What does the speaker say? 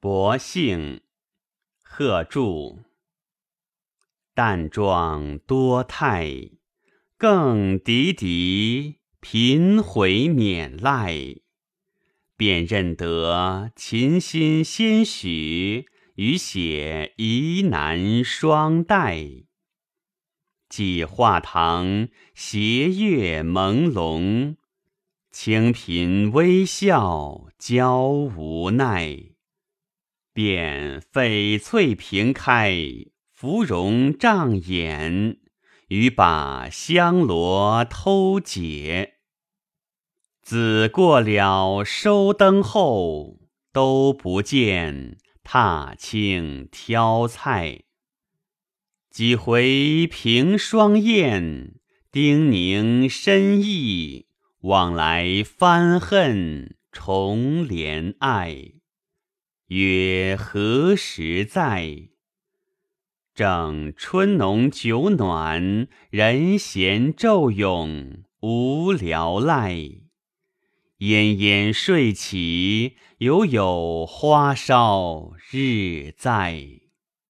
薄幸，贺铸。淡妆多态，更敌敌，频回免赖。便认得琴心先许，与写疑难双待。寄画堂，斜月朦胧，清贫微笑，娇无奈。便翡翠屏开，芙蓉障眼，与把香罗偷解。子过了收灯后，都不见踏青挑菜。几回凭双燕，叮咛深意，往来翻恨重怜爱。曰何时在？正春浓酒暖，人闲昼咏，无聊赖。奄奄睡起，犹有花梢日在。